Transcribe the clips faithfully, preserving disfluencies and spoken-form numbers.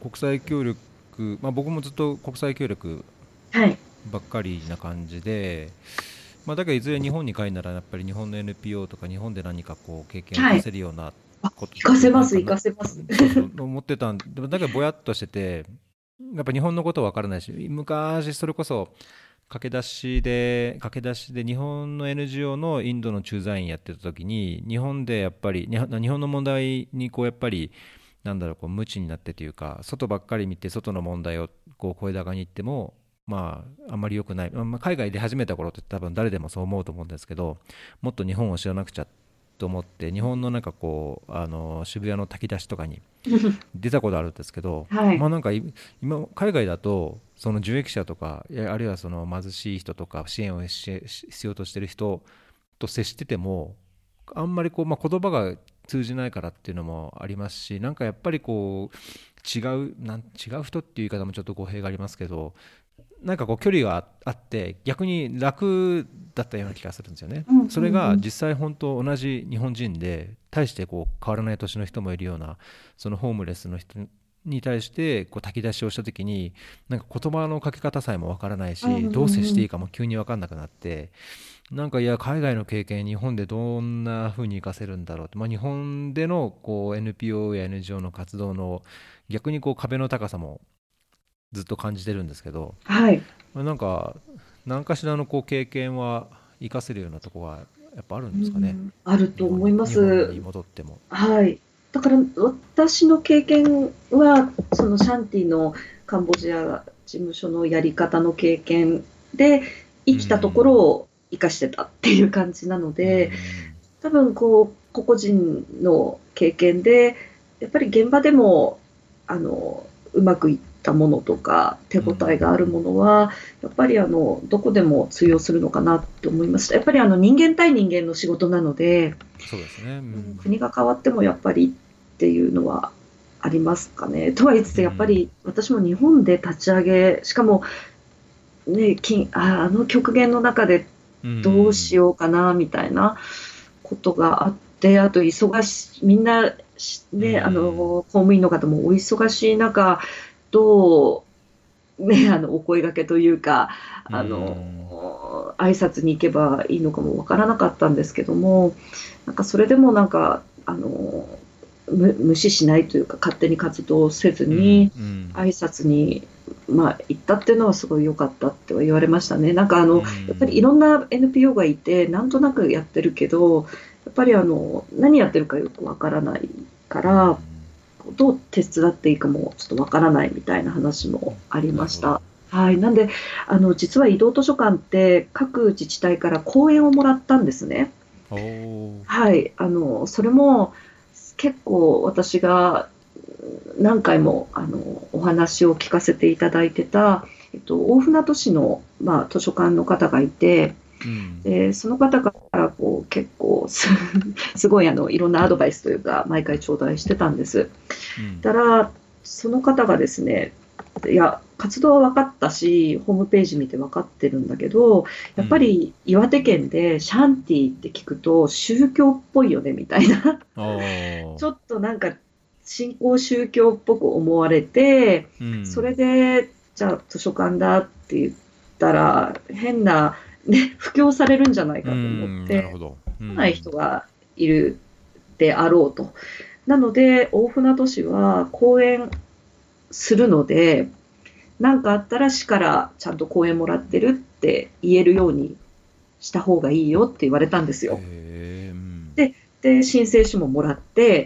国際協力、まあ、僕もずっと国際協力はい。 ばっかりな感じで、まあ、だからいずれ日本に帰るならやっぱり日本の エヌピーオー とか日本で何かこう経験を活かはい。 せるようなあ、 ことっ活かせます、 てなんかな、 活かせます。 そうそう思ってたんでもだからぼやっとしてて、やっぱ日本のことわからないし、昔それこそ駆け出しで駆け出しで日本の エヌジーオー のインドの駐在員やってた時に、日本でやっぱり日本日本の問題にこうやっぱりなんだろう、こう無知になってというか、外ばっかり見て外の問題をこう声高に言っても、まああんまり良くない、まあ、海外で始めた頃って多分誰でもそう思うと思うんですけど、もっと日本を知らなくちゃと思って、日本のなんかこうあの渋谷の炊き出しとかに出たことあるんですけど、 はい。 まあなんか今海外だとその受益者とか、いやあるいはその貧しい人とか支援をし必要としている人と接してても、あんまりこう、まあ、言葉が通じないからっていうのもありますし、なんかやっぱりこう違うなん違う人っていう言い方もちょっと語弊がありますけど、なんかこう距離がああって逆に楽だったような気がするんですよね。 うんそれがうんうん。 実際本当同じ日本人で大してこう変わらない年の人もいるような、そのホームレスの人に対してこう炊き出しをした時に、なんか言葉のかけ方さえもわからないうんし、どう接うんうん。 していいかも急に分かんなくなって、なんかいや海外の経験日本でどんな風に活かせるんだろうって、まあ、日本でのこう エヌピーオー や エヌジーオー の活動の逆にこう壁の高さもずっと感じてるんですけど、 はい。 まあなんか何かしらのこう経験は活かせるようなところはやっぱあるうんですかね。 ん、あると日本に思いま日本にす。 戻っても。 はい。だから私の経験は、そのシャンティのカンボジア事務所のやり方の経験で、 う生きたところんを生かしてたっていう感じなのうで、 ん多分こう、個々人の経験で、やっぱり現場でも、あの、うまくいったものとか、手うんうんう応えがあるもん。 のは、やっぱりあの、どこでも通用するのかなって思いました。やっぱりあの、人間対人間の仕事なので、 そうですね。ううん、 ん国が変わってもやっぱりっていうのはありますかね。とは言いつつ、やっぱうんり私も日本で立ち上げ、しかもね、きああの極限の中でうどうしんようかなみたいなことがあって、あと忙しい、みんなうね、あのん公務員の方もお忙しい中、どう、ね、あのお声掛けというか、 うあのん。 挨拶に行けばいいのかもわからなかったんですけども、なんかそれでもなんか、あの無無視しないというか、勝手に活動せずうんに、 うん挨拶に、まあ、行ったっていうのはすごい良かったっては言われましたね。なんかあうの、やっぱりいんろんな エヌピーオー がいて、なんとなくやってるけど、やっぱりあの、何やってるかよくわからないかうら、 ん。 どう手伝っていいかもちょっとわからないみたいな話もありなるほど。 ました。はい。なんで、あの、実は移動図書館って各自治体から講演をもらったんですね。 おお。 はい。あの、それも結構私が何回もあのお話を聞かせていただいてた、えっと、大船渡市の、まあ、図書館の方がいて、 うんでその方からこう結構すすごいあのいろんなアドバイスというか毎回頂戴してたんです。 うんたらその方がですね、いや活動は分かったしホームページ見て分かってるんだけど、やっぱうんり岩手県でシャンティって聞くと宗教っぽいよねみたいな、 おお。 ちょっとなんか新興宗教っぽく思われて、 うそれんでじゃあ図書館だって言ったら変な、ね、布教されるんじゃないうかと思っん。なるてほど。う来ない人んがいるであろうと。なので大船渡市は講演するので、何かあったら市からちゃんと講演もらってるって言えるようにした方がいいよって言われたんですへよ。 え。うんで、で申請書ももらって、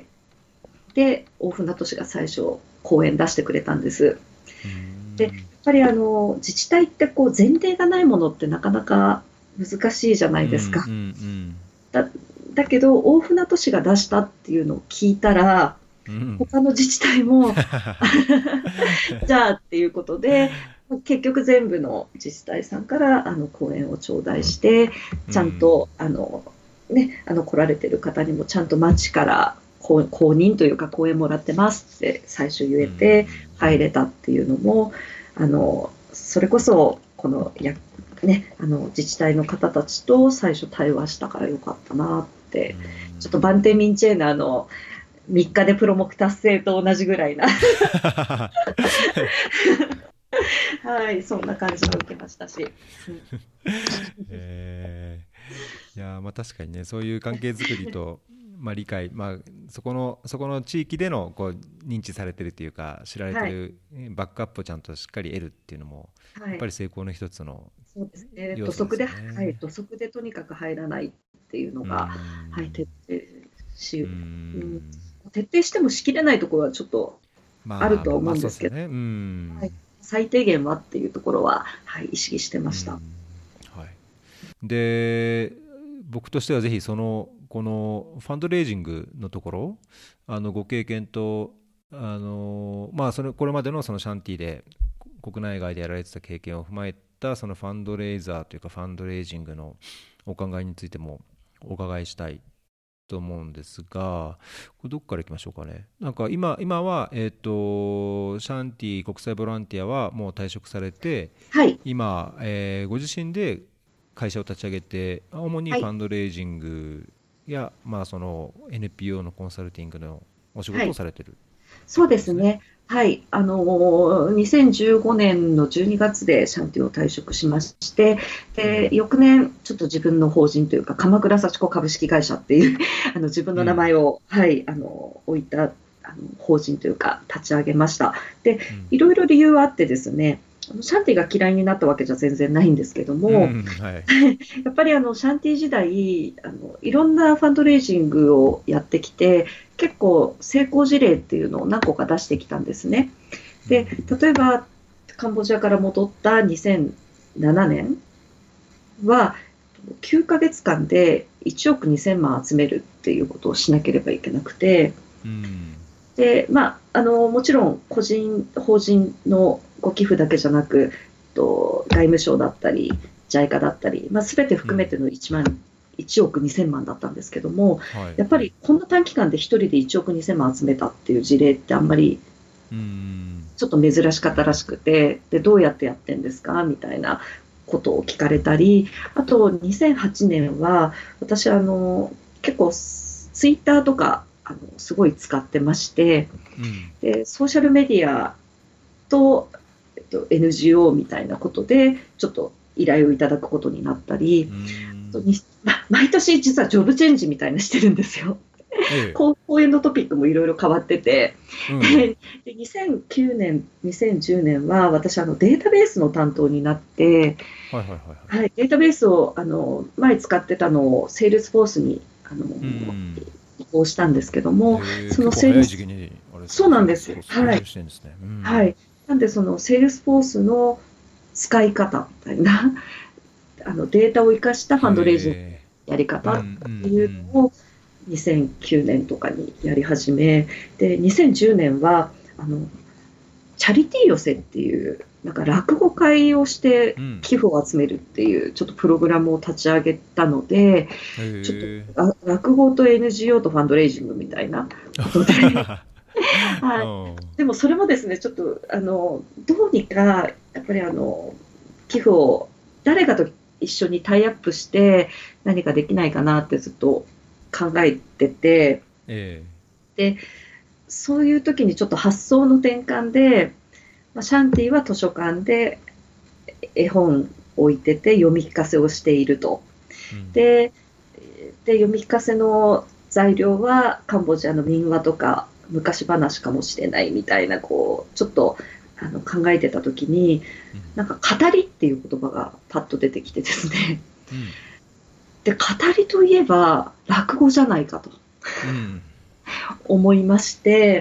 で、大船渡市が最初、講演出してくれたんです。 うで、やっんぱりあの、自治体ってこう前例がないものってなかなか難しいじゃなうんういですか。 んだ、だけど、大船渡市が出したっていうのを聞いたら、 うんうん他の自治体もじゃあっていうことで、結局全部の自治体さんからあの講演を頂戴して、 うちゃんとんあの、ね、あの来られてる方にもちゃんと町から公公認というか講演もらってますって最初言うえてん入れたっていうのも、あのそれこそこのや、ね、あの自治体の方たちと最初対話したからよかったなって、 うんちょっとバンテミンチェーナーのみっかでプロ目達成と同じぐらいなはい、そんな感じも受けましたし、うん、 えー、いやまあ確かにね、そういう関係づくりとまあ理解、まあ、そこのそこの地域でのこう認知されてるというか知られてるバックアップをちゃんとしっかり得るっていうのも、はい、やっぱり成功の一つのそうですね、 要土素ですね。 足で、はい、土足でとにかく入らないっていうのが、はい、徹底し、うん、徹底してもしきれないところはちょっとあるとは思うんですけど、最低限はっていうところは、はい、意識してました。はい、 で僕としてはぜひそのこのファンドレイジングのところ、あのご経験とあの、まあ、それこれまでのそのシャンティで国内外でやられてた経験を踏まえたそのファンドレイザーというかファンドレイジングのお考えについてもお伺いしたいと思うんですが、これどこからいきましょうかね。なんか 今, 今は、えー、とシャンティ国際ボランティアはもう退職されて、 はい、 今、えー、ご自身で会社を立ち上げて主にファンドレイジングや、はい、まあ、その エヌピーオー のコンサルティングのお仕事をされてる、はい、 そうですね。はい、あのにせんじゅうごねんのじゅうにがつでシャンティを退職しまして、で翌年ちょっと自分の法人というか鎌倉幸子株式会社っていうあの自分の名前を、うん、はい、あの置いたあの法人というか立ち上げました。で、うん、いろいろ理由はあってですね、シャンティが嫌いになったわけじゃ全然ないんですけども、うんはい、やっぱりあのシャンティ時代あのいろんなファンドレイジングをやってきて結構成功事例っていうのを何個か出してきたんですね。で例えばカンボジアから戻ったにせんななねんはきゅうかげつかんでいちおくにせんまん集めるっていうことをしなければいけなくて、うんでまあ、あのもちろん個人法人のご寄付だけじゃなくと外務省だったり ジャイカ だったり、まあ、全て含めてのいちまん、うん、いちおくにせんまんだったんですけども、はい、やっぱりこんな短期間でひとりでいちおくにせんまん集めたっていう事例ってあんまりちょっと珍しかったらしくて、でどうやってやってんですかみたいなことを聞かれたり、あとにせんはちねんは私あの結構ツイッターとかあのすごい使ってまして、うん、でソーシャルメディアと、えっと、エヌジーオー みたいなことでちょっと依頼をいただくことになったり、うん、毎年実はジョブチェンジみたいなしてるんですよ。ええ、講演のトピックもいろいろ変わってて、うん、でにせんきゅうねんにせんじゅうねんは私あのデータベースの担当になって、はいはいはいはい、データベースをあの前使ってたのをセールスフォースにあの、うん移行したんですけども、そのセールスそうなんです。はい。はい。なんでそのセールスフォースの使い方みたいなあのデータを生かしたファンドレイジングのやり方っていうのをにせんきゅうねんとかにやり始めで、にせんじゅうねんはあのチャリティー寄せっていうなんか落語会をして寄付を集めるっていうちょっとプログラムを立ち上げたので、ちょっと落語と エヌジーオー とファンドレイジングみたいなことで、はい、でもそれもですねちょっとあのどうにかやっぱりあの寄付を誰かと一緒にタイアップして何かできないかなってずっと考えてて、えー、でそういう時にちょっと発想の転換で、まあ、シャンティは図書館で絵本置いてて読み聞かせをしていると、うん、で, で読み聞かせの材料はカンボジアの民話とか昔話かもしれないみたいなこうちょっとあの考えてた時に、うん、なんか語りっていう言葉がパッと出てきてですね、うん、で語りといえば落語じゃないかと、うん思いまして、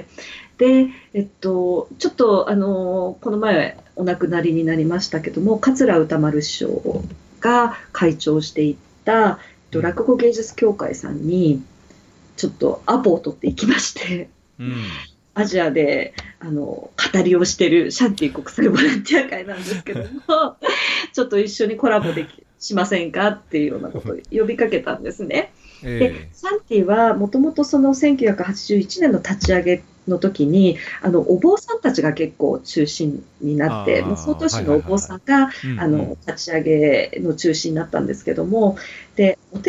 で、えっと、ちょっとあのこの前お亡くなりになりましたけども桂歌丸師匠が会長していた落語芸術協会さんにちょっとアポを取っていきまして、うん、アジアであの語りをしているシャンティ国際ボランティア会なんですけどもちょっと一緒にコラボできしませんかっていうようなことを呼びかけたんですね。でシャンティはもともとそのせんきゅうひゃくはちじゅういちねんの立ち上げの時にあのお坊さんたちが結構中心になって総都市のお坊さんが立ち上げの中心になったんですけども、でお寺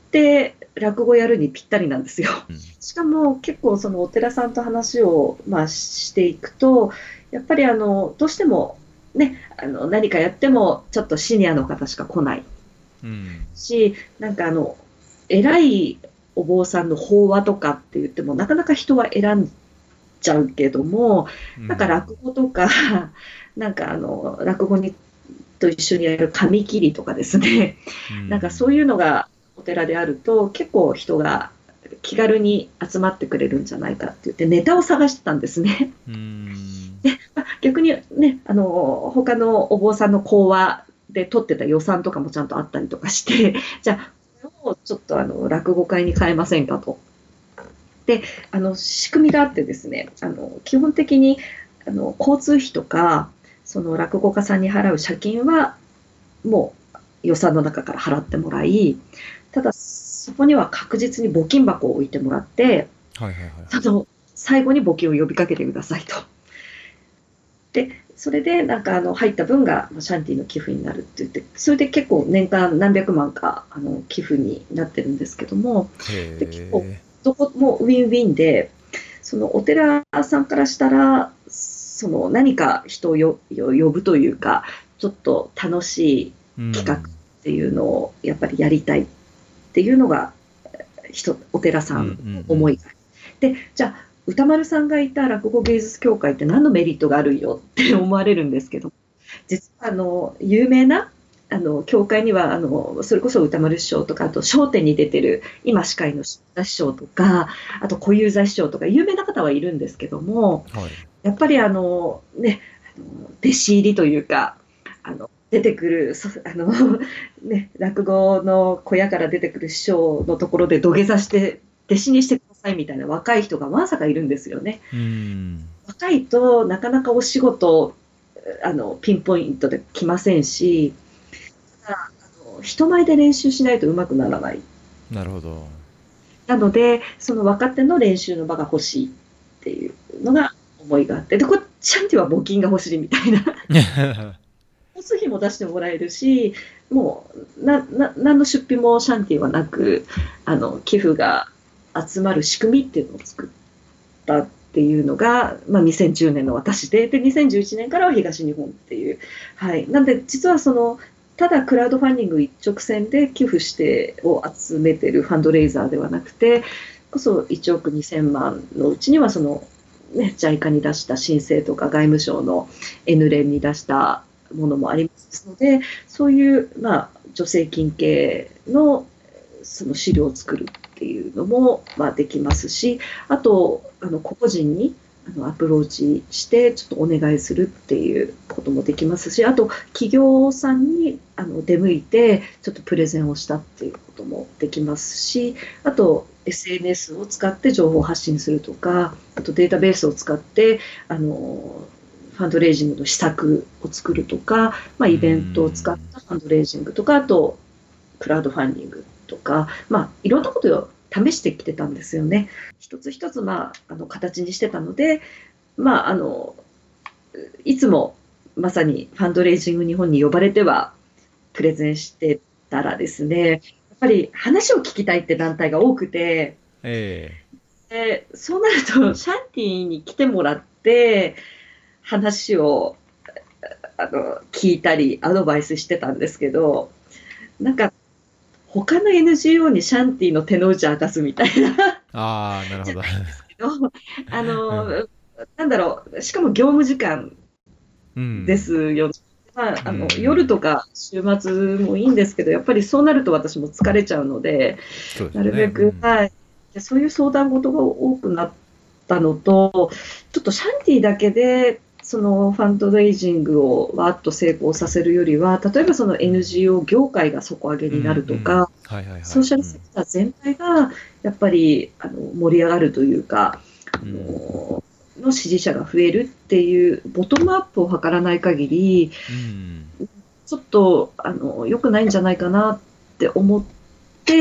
で落語やるにぴったりなんですよ。 うんしかも結構そのお寺さんと話をまあしていくと、やっぱりあのどうしてもね、あの何かやってもちょっとシニアの方しか来ないうんし、なんかあの偉いお坊さんの法話とかって言ってもなかなか人は選んじゃうけども、 うんなんか落語とか、なんかあの落語にと一緒にやる紙切りとかですね、 うんなんかそういうのがお寺であると結構人が気軽に集まってくれるんじゃないかって言ってネタを探してたんですね。 うんで、まあ逆にね、あの他のお坊さんの講話で取ってた予算とかもちゃんとあったりとかして、じゃあこれをちょっとあの落語会に変えませんかと。で、あの仕組みがあってですね、あの基本的にあの交通費とかその落語家さんに払う借金はもう予算の中から払ってもらい、ただそこには確実に募金箱を置いてもらって、 はいはいはいその最後に募金を呼びかけてくださいと。で、それでなんかあの入った分がシャンティの寄付になるって言って、それで結構年間何百万かあの寄付になってるんですけども、で結構へどこもウィンウィンで、そのお寺さんからしたら、その何か人をよよ呼ぶというか、ちょっと楽しーい企画っていうのをやっぱりやりたいっていうのが人お寺さんの思いがある。で、じゃあ歌丸さんがいた落語芸術協会って何のメリットがあるよって思われるんですけど、実はあの有名なあの協会にはあのそれこそ歌丸師匠とか、あと笑点に出てる今司会の志田師匠とか、あと小遊三師匠とか有名な方はいるんですけども、 はいやっぱりあのね、あの弟子入りというか、あの出てくるそあの、ね、落語の小屋から出てくる師匠のところで土下座して弟子にしてくださいみたいな若い人がまさかいるんですよね。 うん若いとなかなかお仕事あのピンポイントで来ませんし、ただあの人前で練習しないと上手くならない。 なるほどなのでその若手の練習の場が欲しいっていうのが思いがあって、でこっちャンティは募金が欲しいみたいな交通費も出してもらえるし、もうなな何の出費もシャンティはなく、あの寄付が集まる仕組みっていうのを作ったっていうのが、まあ、にせんじゅうねんの私で、でにせんじゅういちねんからは東日本っていう、はい、なんで実はそのただクラウドファンディング一直線で寄付してを集めてるファンドレイザーではなくて、こそいちおくにせんまんのうちにはその、ね、ジャイカ に出した申請とか外務省の N 連に出したものもありますので、そういう、まあ、助成金系のその資料を作るっていうのも、まあ、できますし、あとあの個々人にあのアプローチしてちょっとお願いするっていうこともできますし、あと企業さんにあの出向いてちょっとプレゼンをしたっていうこともできますし、あと エスエヌエス を使って情報発信するとか、あとデータベースを使ってあのファンドレイジングの施策を作るとか、まあ、イベントを使ったファンドレイジングとか、あとクラウドファンディングとか、まあ、いろんなことを試してきてたんですよね。一つ一つ、まあ、あの形にしてたので、まあ、あのいつもまさにファンドレイジング日本に呼ばれてはプレゼンしてたらですね、やっぱり話を聞きたいって団体が多くて、 えでそうなるとシャンティに来てもらって話をあの聞いたりアドバイスしてたんですけど、なんか他の エヌジーオー にシャンティの手の内明かすみたいなー、ああなるほどあの、 うん、 なんだろう、しかも業務時間うんですよ、まあ、あのうん夜とか週末もいいんですけど、やっぱりそうなると私も疲れちゃうので、 そうですなるべく、 よね、うんはい、でそういう相談事が多くなったのと、ちょっとシャンティだけでそのファンドレイジングをわーっと成功させるよりは、例えばその エヌジーオー 業界が底上げになるとか、 うんうんはいはいはい、 ソーシャルセクター全体がやっぱりあの盛り上がるというか、あうんのの支持者が増えるっていうボトムアップを図らない限り、 うんちょっとあの良くないんじゃないかなって思って、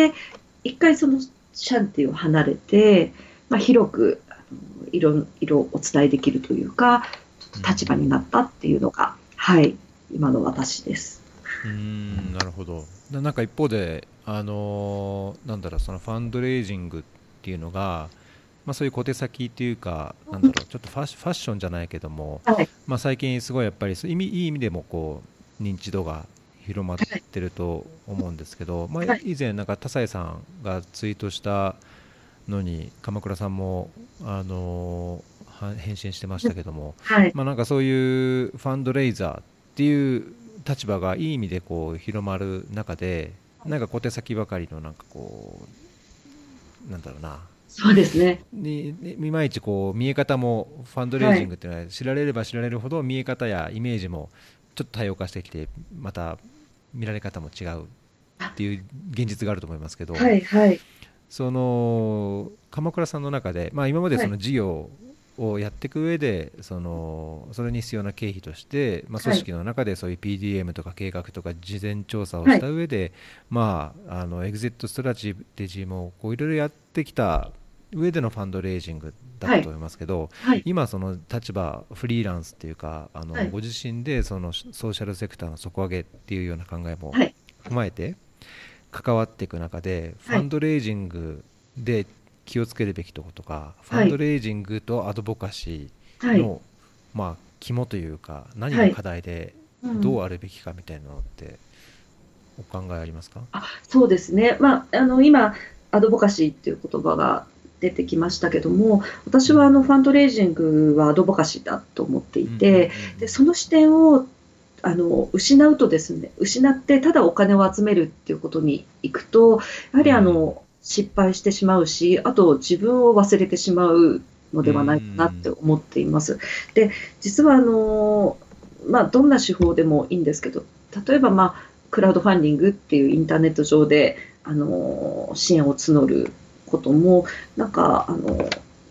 一回そのシャンティを離れて、まあ、広くあのいろいろお伝えできるというか、ちょっと立場になったっていうのが、はい、今の私です。 うーんなるほど。ななんか一方であのーなんだろう、そのファンドレイジングっていうのが、まあ、そういう小手先っていうか、なんだろう、ちょっとファッシファッションじゃないけども、 はい。 まあ、最近すごいやっぱりそう意味いい意味でもこう認知度が広まっはい。 てると思うんですけど、まあ、 はい。 以前なんか葛西さんがツイートしたのに鎌倉さんも、あのーは返信してましたけども、 はい。 まあ、なんかそういうファンドレイザーっていう立場がいい意味でこう広まる中で、なんか小手先ばかりのなんかこうなんだろうな、 そうですね。 にいまいちこう見え方もファンドレイはい。 ジングっていうのは知られれば知られるほど見え方やイメージもちょっと多様化してきて、また見られ方も違うっあ、 ていう現実があると思いますけど、 はい。はい。 その鎌倉さんの中で、まあ、今まではい。 その事業をやっていく上でそのそれに必要な経費として、まあ、組はい。 織の中でそういう ピーディーエム とか計画とか事前調査をしはい。 た上で、まあ、あのエグジットストラテジーもこういろいろやってきた上でのファンドレイジングだっはい。 たと思いますけど、 はい。 今その立場フリーランスっていうか、あはい。 のご自身でそのソーシャルセクターの底上げっていうような考えもはい。 踏まえて関わっていく中で、フはい。 ァンドレイジングで気をつけるべきところとか、ファンドはい。 レイジングとアドボカシはい。 ーの、まあ、肝というか、何がはい。 課題でうん。 どうあるべきかみたいなのってお考えありますか？ あ、そうですね。まあ、あの、今、アドボカシーっていう言葉が出てきましたけども、私はあの、 うんファンドレイジングはアドボカシーだと思っていうんうんて、で、その視点を、あの、失うとですね、失ってただお金を集めるっていうことに行くと、やはりあうんうんの、失敗してしまうし、あと自分を忘れてしまうのうんうではないかなってん思っています。で、実はあの、まあ、どんな手法でもいいんですけど、例えば、まあ、クラウドファンディングっていうインターネット上で、あの、支援を募ることも、なんか、あの、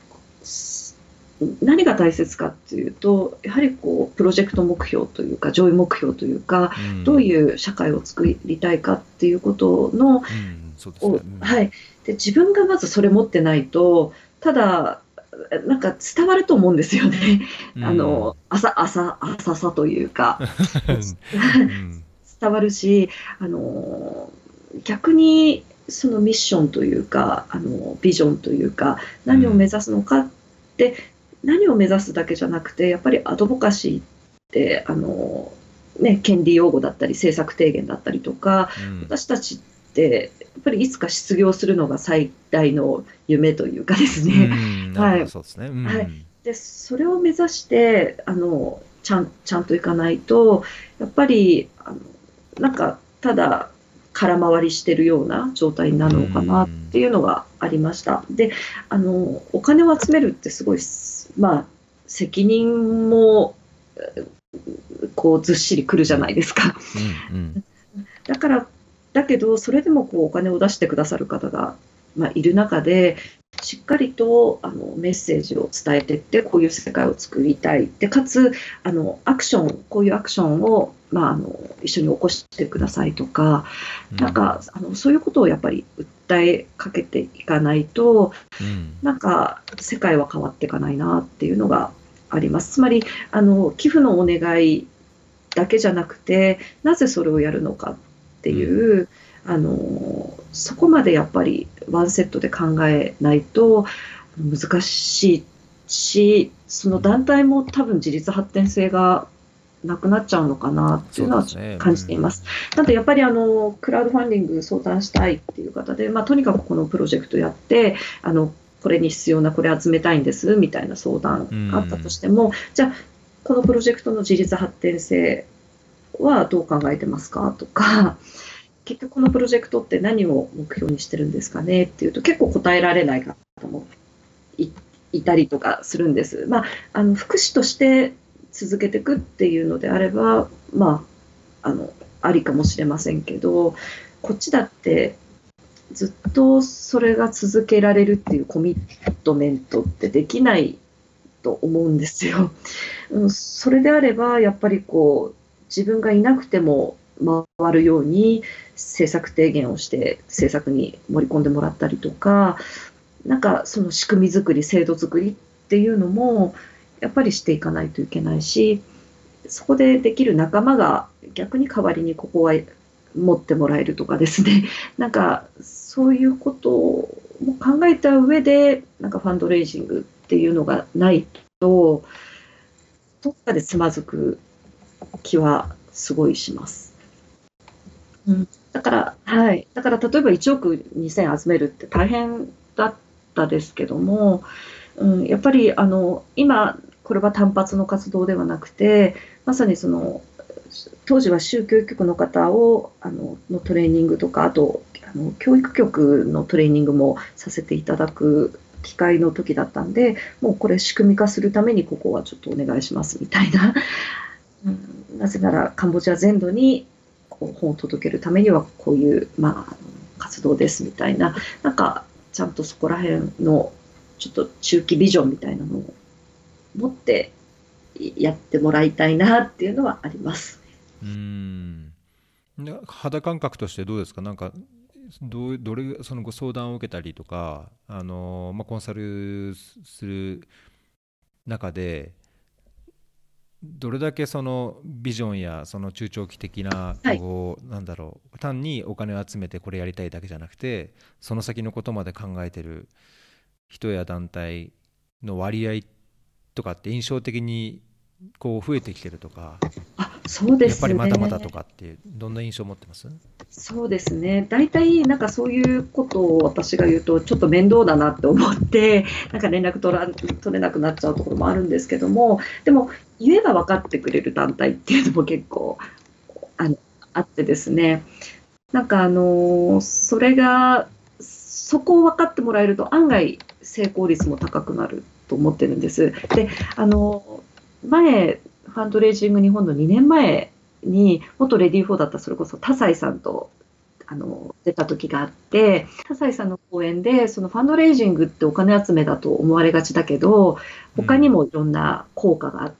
何が大切かっていうと、やはりこう、プロジェクト目標というか、上位目標というか、 うどうんいう社会を作りたいかっていうことの、 うんそうですね。 を、 うんはい。で、自分がまずそれ持ってないと、ただ、なんか伝わると思うんですよね。 うあの、 ん浅、浅、浅さというか、 うん伝わるし、あの、逆にそのミッションというか、あの、ビジョンというか、何を目うん指すのかって、何を目指すだけじゃなくて、やっぱりアドボカシーって、あの、ね、権利擁護だったり、政策提言だったりとか、 うん私たちって、やっぱりいつか失業するのが最大の夢というかですうね。 んなるほはい。 ど、そうですね。うはい。 んで、それを目指して、あの、ちゃん、ちゃんといかないと、やっぱり、あの、なんか、ただ、空回りしてるような状態になうるのかなってんいうのがありました。で、あの、お金を集めるってすごい、まあ、責任も、こう、ずっしりくるじゃないですか。 うんうんだから、だけど、それでもこうお金を出してくださる方が、まあ、いる中で、しっかりとあのメッセージを伝えていって、こういう世界を作りたい。で、かつ、あのアクション、こういうアクションを、まあ、あの一緒に起こしてくださいとか、 うんなんかあのそういうことをやっぱり訴えかけていかないと、 うんなんか世界は変わっていかないなっていうのがあります。つまり、あの寄付のお願いだけじゃなくて、なぜそれをやるのかってうんいう、あのそこまでやっぱりワンセットで考えないと難しいし、その団体も多分自立発展性がなくなっちゃうのかなっていそうのはうですね。う感じていまんす。なのでやっぱりあのクラウドファンディング相談したいっていう方で、まあ、とにかくこのプロジェクトやってあのこれに必要なこれ集めたいんですみたいな相談うがあったとんしても、じゃあこのプロジェクトの自立発展性はどう考えてますかとか、結局このプロジェクトって何を目標にしてるんですかねっていうと結構答えられない方もいいたりとかするんです。まあ、あの福祉として続けていくっていうのであれば、まあ、あのありかもしれませんけど、こっちだってずっとそれが続けられるっていうコミットメントってできないと思うんですよ。うん、それであればやっぱりこう自分がいなくても回るように政策提言をして政策に盛り込んでもらったりとか、なんかその仕組み作り、制度作りっていうのもやっぱりしていかないといけないし、そこでできる仲間が逆に代わりにここは持ってもらえるとかですね、なんかそういうことを考えた上で、なんかファンドレイジングっていうのがないと、どっかでつまずく気はすごいします。うん、だから、はい。だから例えばいちおくにせん集めるって大変だったですけども、うん、やっぱりあの今これは単発の活動ではなくて、まさにその当時は宗教局の方をあののトレーニングとか、あとあの教育局のトレーニングもさせていただく機会の時だったんで、もうこれ仕組み化するためにここはちょっとお願いしますみたいな、うん、なぜならカンボジア全土にこう本を届けるためにはこういう、まあ、活動ですみたいな、なんかちゃんとそこら辺のちょっと中期ビジョンみたいなのを持ってやってもらいたいなっていうのはあります。 うーん。で肌感覚としてどうですか？なんかどうどれそのご相談を受けたりとか、あのまあ、コンサルする中でどれだけそのビジョンやその中長期的なはい。 こうなんだろう、単にお金を集めてこれやりたいだけじゃなくて、その先のことまで考えてる人や団体の割合とかって印象的にこう増えてきてるとか、 あ、そうでやっぱりすまだまだとね。 かってどんな印象を持ってます？ そうですね。大体なんかそういうことを私が言うとちょっと面倒だなって思って、なんか連絡取ら取れなくなっちゃうところもあるんですけども、でも言えば分かってくれる団体っていうのも結構あのあってですね。なんかあのそれがそこを分かってもらえると案外成功率も高くなると思ってるんです。で、あの前ファンドレイジング日本のにねんまえに元レディーフォーだったそれこそ田西さんとあの出た時があって、田西さんの講演でそのファンドレイジングってお金集めだと思われがちだけど、他にうんもいろんな効果があって、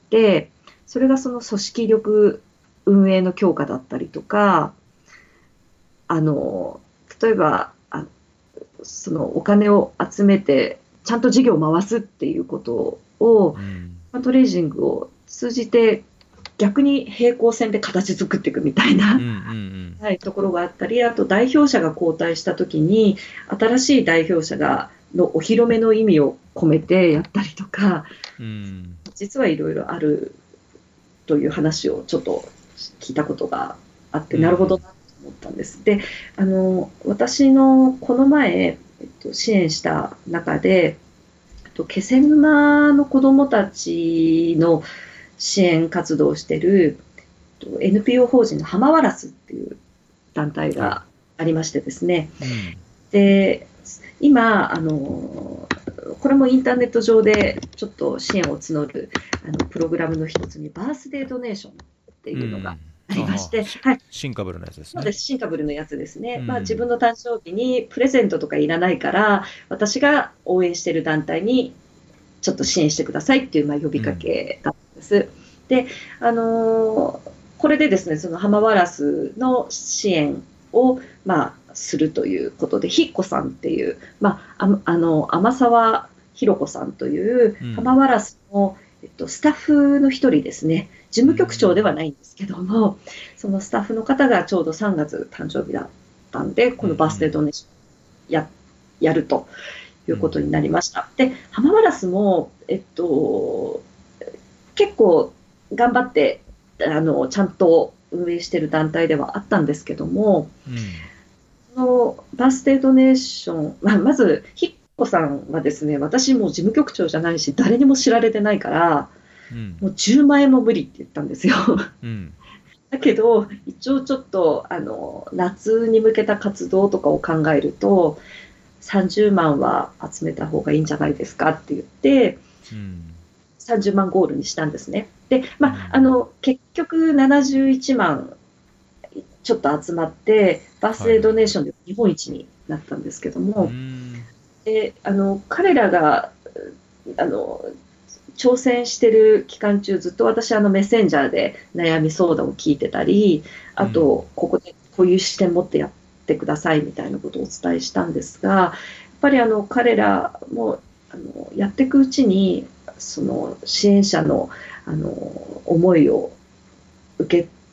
それがその組織力運営の強化だったりとか、あの例えばあそのお金を集めてちゃんと事業を回すっていうことをうんファンドレイジングを通じて逆に平行線で形作っていくみたいな、 うんうんはい、ところがあったり、あと代表者が交代した時に新しい代表者がのお披露目の意味を込めてやったりとか、 うんうん実はいろいろあるという話をちょっと聞いたことがあって、 うんうなるほどなと思ったんです。で、あの私のこの前、えっと、支援した中で、えっと気仙沼の子どもたちの支援活動をしている エヌピーオー 法人の浜ワラスっていう団体はいがありましてですね。 うんで、今あのこれもインターネット上でちょっと支援を募るあのプログラムの一つにバースデードネーションってうんういうのがんありましああて、はい、 シンカブルなやつですね。 そうです、シンカブルのやつですね。まあ、自うん分の誕生日にプレゼントとかいらないから、私が応援している団体にちょっと支援してくださいっていう、まあ、呼びかけだったんです。で、あのーこれでですね、その浜ワラスの支援を、まあ、するということで、ひっこさんっていう、まあ、ああの天沢ひろ子さんといううん浜ワラスの、えっと、スタッフの一人ですね、事務局長ではないんですけども、そのスタッフの方がちょうどさんがつ誕生日だったんで、このバースデードネーションややるということになりました。で、浜ワラスも、えっと、結構頑張ってあのちゃんと運営している団体ではあったんですけども、 うんそのバースデードネーション、まあ、まずひっこさんはですね、私もう事務局長じゃないし誰にも知られてないから、 うんもうじゅうまんえんも無理って言ったんですよ。 うんだけど一応ちょっとあの夏に向けた活動とかを考えるとさんじゅうまんは集めた方がいいんじゃないですかって言ってうんさんじゅうまんゴールにしたんですね。で、まあ、あうんの結局ななじゅういちまんちょっと集まってバースデードネーションで日本一になったんですけども、 うんであの彼らがあの挑戦してる期間中ずっと私あのメッセンジャーで悩み相談を聞いてたり、あとここでこういう視点持ってやってくださいみたいなことをお伝えしたんですが、やっぱりあの彼らもあのやっていくうちにその支援者のあの思いを受け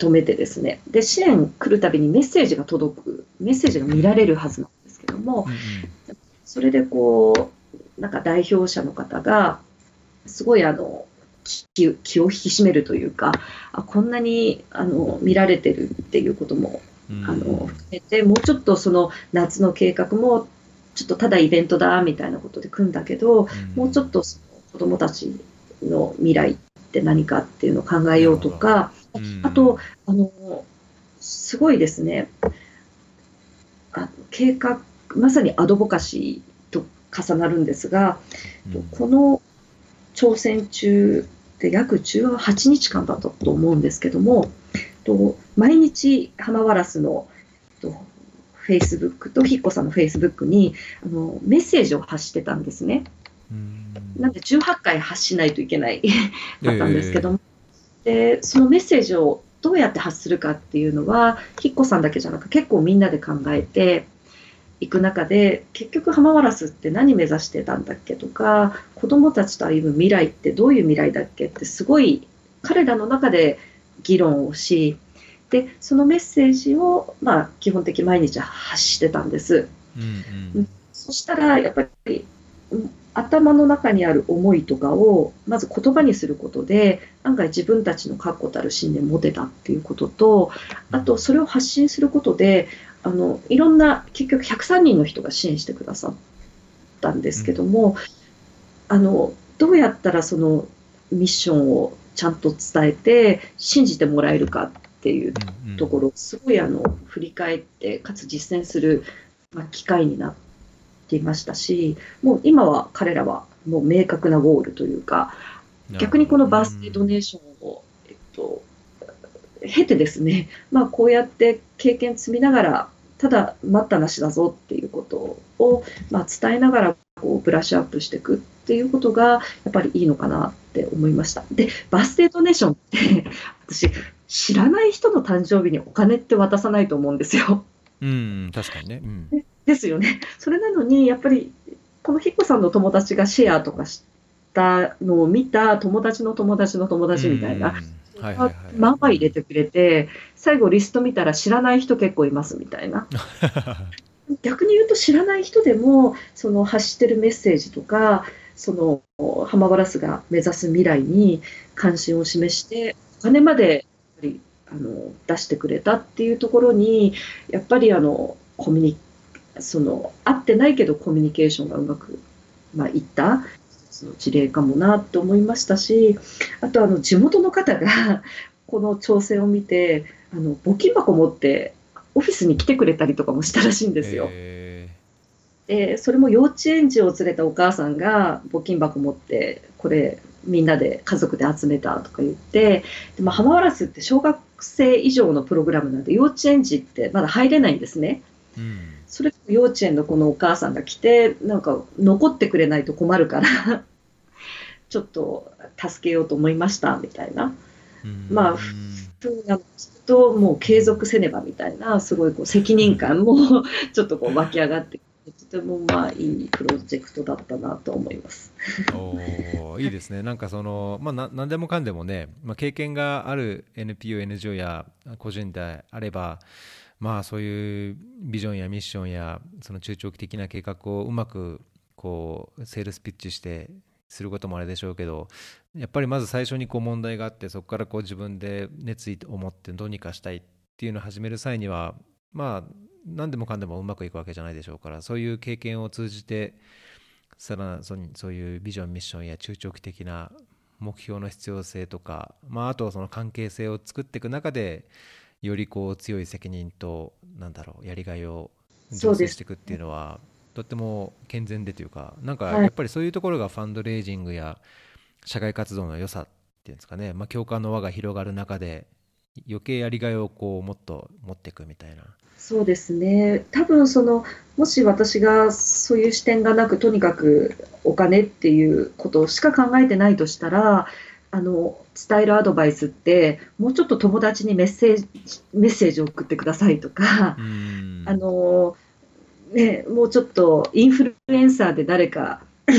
止めてですね、で支援来るたびにメッセージが届く、メッセージが見られるはずなんですけども、 うんそれでこうなんか代表者の方がすごいあの気、気を引き締めるというか、あこんなにあの見られてるっていうこともうんあの含めて、もうちょっとその夏の計画もちょっとただイベントだみたいなことで組んだけど、 うんもうちょっとその子どもたちの未来って何かっていうのを考えようとか、 うんあとあのすごいですね、あ計画まさにアドボカシーと重なるんですが、 うんこの挑戦中で約じゅうはちにちかんだったと思うんですけども、と毎日浜ワラスのとフェイスブックとひっこさんのフェイスブックにあのメッセージを発してたんですね。 うんなんでじゅうはちかい発しないといけないだったんですけども、でそのメッセージをどうやって発するかっていうのはひっこさんだけじゃなく結構みんなで考えていく中で、結局浜ワラスって何目指してたんだっけとか、子どもたちと歩む未来ってどういう未来だっけってすごい彼らの中で議論をし、でそのメッセージを、まあ、基本的に毎日発してたんです。 うんうんそしたらやっぱりうん頭の中にある思いとかをまず言葉にすることで案外自分たちの確固たる信念を持てたっていうことと、あとそれを発信することであのいろんな結局ひゃくさんにんの人が支援してくださったんですけども、あのどうやったらそのミッションをちゃんと伝えて信じてもらえるかっていううんうんところをすごいあの振り返ってかつ実践する、まあ、機会になっていましたし、もう今は彼らはもう明確なゴールというか、逆にこのバースデードネーションを、えっと、経てですね、まあ、こうやって経験積みながらただ待ったなしだぞっていうことを、まあ、伝えながらこうブラッシュアップしていくっていうことがやっぱりいいのかなって思いました。でバースデードネーションって私知らない人の誕生日にお金って渡さないと思うんですよ。 うん確かにね。うんですよね。それなのにやっぱりこのひっこさんの友達がシェアとかしたのを見た友達の友達の友達みたいな、 うんはいはいはいまあまあ入れてくれて、最後リスト見たら知らない人結構いますみたいな。逆に言うと知らない人でもその発してるメッセージとか、その浜バラスが目指す未来に関心を示してお金までやっぱりあの出してくれたっていうところに、やっぱりあのコミュニその合ってないけどコミュニケーションがうまく、まあ、いったその事例かもなと思いましたし、あとあの地元の方がこの挑戦を見てあの募金箱持ってオフィスに来てくれたりとかもしたらしいんですよ。 えでそれも幼稚園児を連れたお母さんが募金箱持ってこれみんなで家族で集めたとか言って、で、まあ、浜ワラスって小学生以上のプログラムなんで幼稚園児ってまだ入れないんですね。 ーうんそれ幼稚園のこのお母さんが来てなんか残ってくれないと困るからちょっと助けようと思いましたみたいな、 うんまあ普通なのともう継続せねばみたいなすごいこう責任感もちょっとこう湧き上がってとてもまあいいプロジェクトだったなと思います。 おーいいですね。なんかその、まあ、な何でもかんでもね、まあ、経験がある エヌピーオー、エヌジーオー や個人であれば、まあ、そういうビジョンやミッションやその中長期的な計画をうまくこうセールスピッチしてすることもあれでしょうけど、やっぱりまず最初にこう問題があって、そこからこう自分で熱意を持ってどうにかしたいっていうのを始める際には、まあ何でもかんでもうまくいくわけじゃないでしょうから、そういう経験を通じてさらそそういうビジョンミッションや中長期的な目標の必要性とか、まあ、あとその関係性を作っていく中でよりこう強い責任となんだろうやりがいを醸成していくっていうのはとっても健全でというか、なんかやっぱりそういうところがファンドレイジングや社会活動の良さっていうんですかね、まあ、共感の輪が広がる中で余計やりがいをこうもっと持っていくみたいな。 そうですね。多分そのもし私がそういう視点がなくとにかくお金っていうことしか考えてないとしたら、あの伝えるアドバイスってもうちょっと友達にメッセージメッセージを送ってくださいとか、あの、ね、もうちょっとインフルエンサーで誰かあ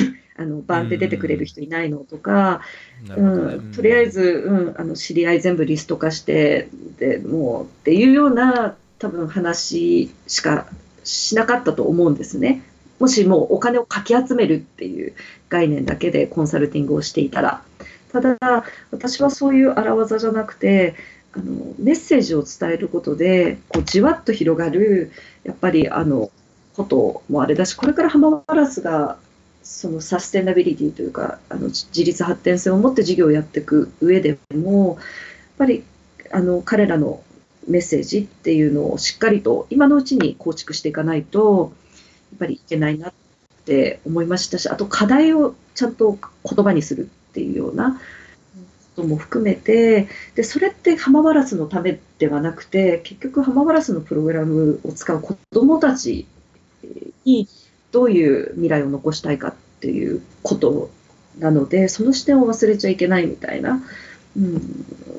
あのバンって出てくれる人いないのとか、 なるほどね。 うん、とりあえず、うん、あの知り合い全部リスト化してでもうっていうような多分話しかしなかったと思うんですね。もしもうお金をかき集めるっていう概念だけでコンサルティングをしていたら。ただ私はそういう荒技じゃなくて、あのメッセージを伝えることでこうじわっと広がるやっぱりあのこともあれだし、これから浜原スがそのサステナビリティというかあの自立発展性を持って事業をやっていく上でもやっぱりあの彼らのメッセージっていうのをしっかりと今のうちに構築していかないとやっぱりいけないなって思いましたし、あと課題をちゃんと言葉にするっていうようなことも含めて、でそれって浜原スのためではなくて結局浜原スのプログラムを使う子どもたちにどういう未来を残したいかっていうことなので、その視点を忘れちゃいけないみたいな、うん、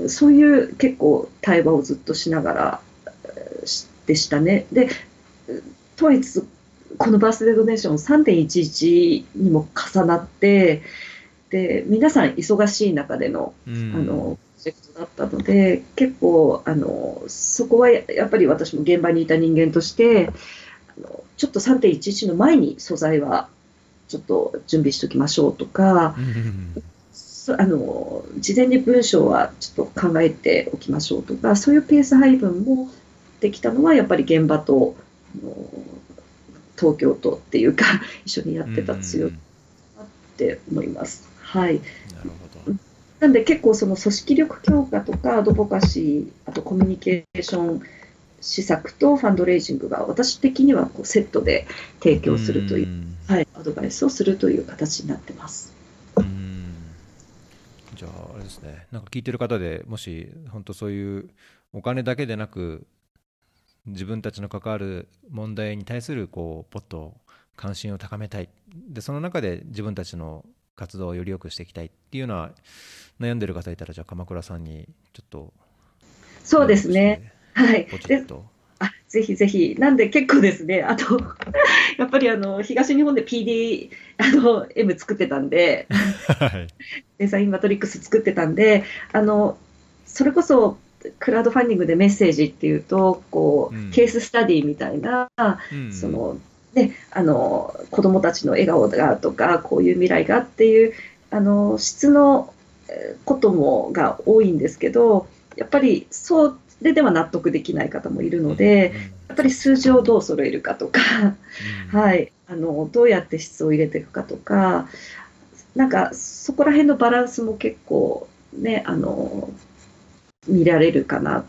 そういう結構対話をずっとしながらでしたね。でとはいつつこのバースデードネーション さんてんいちいち にも重なってで皆さん忙しい中でのあのプロジェクトだったので、結構あのそこはやっぱり私も現場にいた人間としてあのちょっと さんてんいちいち の前に素材はちょっと準備しておきましょうとか、あの事前に文章はちょっと考えておきましょうとか、そういうペース配分もできたのはやっぱり現場とあの東京都っていうか一緒にやってた強いなって思います。はい、 なるほど。 なんで結構その組織力強化とかアドボカシー、あとコミュニケーション施策とファンドレイジングが私的にはこうセットで提供するという、はい、アドバイスをするという形になってます。 うんじゃああれですね、なんか聞いてる方でもし本当そういうお金だけでなく自分たちの関わる問題に対するこうもっと関心を高めたい、でその中で自分たちの活動をより良くしていきたいっていうのは悩んでる方いたら、じゃあ鎌倉さんにちょっとそうですね、はい、 ポチッとあぜひぜひ、なんで結構ですね、あとやっぱりあの東日本で ピーディー あの M 作ってたんで、はい、デザインマトリックス作ってたんで、あのそれこそクラウドファンディングでメッセージっていうとこう、うん、ケーススタディみたいな、うん、そのね、あの子どもたちの笑顔がとかこういう未来がっていうあの質のこともが多いんですけど、やっぱりそうででは納得できない方もいるので、うん、やっぱり数字をどう揃えるかとか、うんはい、あのどうやって質を入れていくかとか、なんかそこら辺のバランスも結構ね、あの見られるかなって、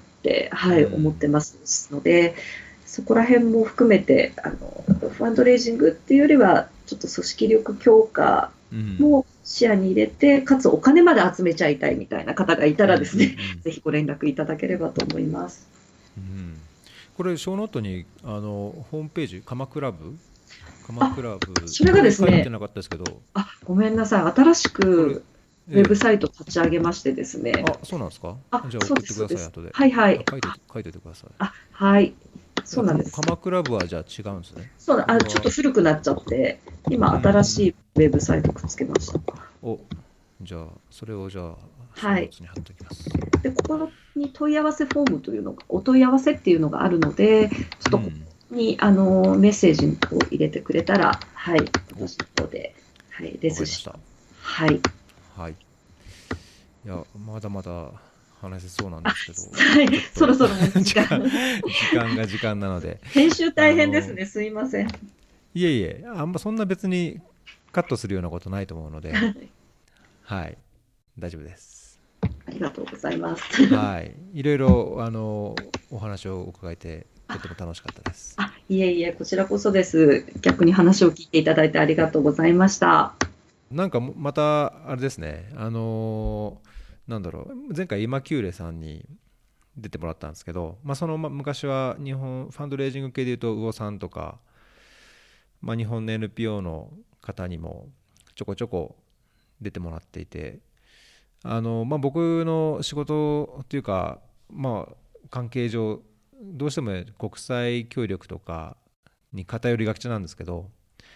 はい、思ってますので、そこら辺も含めてあのファンドレイジングっていうよりはちょっと組織力強化も視野に入れて、かつお金まで集めちゃいたいみたいな方がいたらですね、うんうん、ぜひご連絡いただければと思います。 うん、これショーノートにあのホームページ鎌倉部鎌倉部それがですね、 書いてなかったですけど、 あごめんなさい、新しくウェブサイト立ち上げましてですね。 あ、そうなんですか。あ、じゃあ送ってください、後で。 はいはい。 書いて書いておいてください。 あ、はい。そうなんです。 鎌倉部はじゃあ違うんですね。 そうあ、ちょっと古くなっちゃって、今新しいウェブサイトくっつけました。 お、じゃあそれをじゃあはい。 に貼っておきます。 でここに問い合わせフォームというのがお問い合わせっていうのがあるので、ちょっとここに、うん、あのメッセージを入れてくれたら、はい、私の方で、はい、ですし、はい。 はい。いやまだまだ話せそうなんですけど、 はい、そろそろ時間時間が時間なので編集大変ですね、すいません。 いえいえ、あんまそんな別にカットするようなことないと思うのではい大丈夫です。 ありがとうございます。 はい、いろいろあのお話を伺えてとても楽しかったです。 あいえいえ、こちらこそです。逆に話を聞いていただいてありがとうございました。 なんかまたあれですね、あのなんだろう、前回今キューレさんに出てもらったんですけど、まあ、その昔は日本ファンドレイジング系でいうと魚さんとか、まあ、日本の エヌピーオー の方にもちょこちょこ出てもらっていて、あの、まあ、僕の仕事というか、まあ、関係上どうしても国際協力とかに偏りがちなんですけど、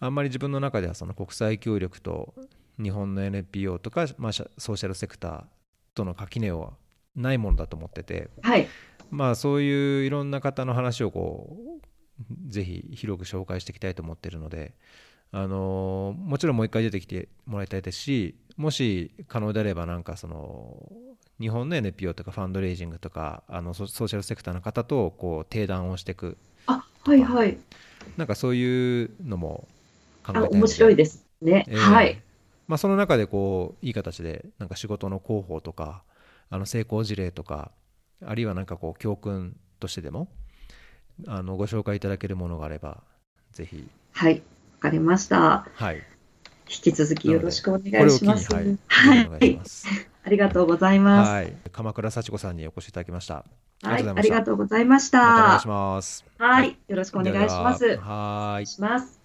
あんまり自分の中ではその国際協力と日本の エヌピーオー とか、まあ、ソーシャルセクターとの垣根はないものだと思ってて、 はい。 まあ、そういういろんな方の話をこうぜひ広く紹介していきたいと思っているので、あのもちろんもう一回出てきてもらいたいですし、もし可能であればなんかその日本の エヌピーオー とかファンドレイジングとかあのソソーシャルセクターの方とこう提談をしていくあ、 とか、 はいはい。 なんかそういうのも考あ、 えたいので、 面白いですね。 えはい。 ーまあ、その中でこういい形でなんか仕事の広報とかあの成功事例とか、あるいはなんかこう教訓としてでもあのご紹介いただけるものがあればぜひ。 はい。わかりました。 はい、 引き続きなのでよろしくおこれを機に、 願いします。 はい、ぜひはお願いしまい。 す。 ありがとうございます。 はい、鎌倉幸子さんにお越しいただきました。ありがはい。 とうございました。 ありがとうございましまたお願いした。 ます。はい、 はい。よろしくおではで願いしまは、 す。 はーい。 します。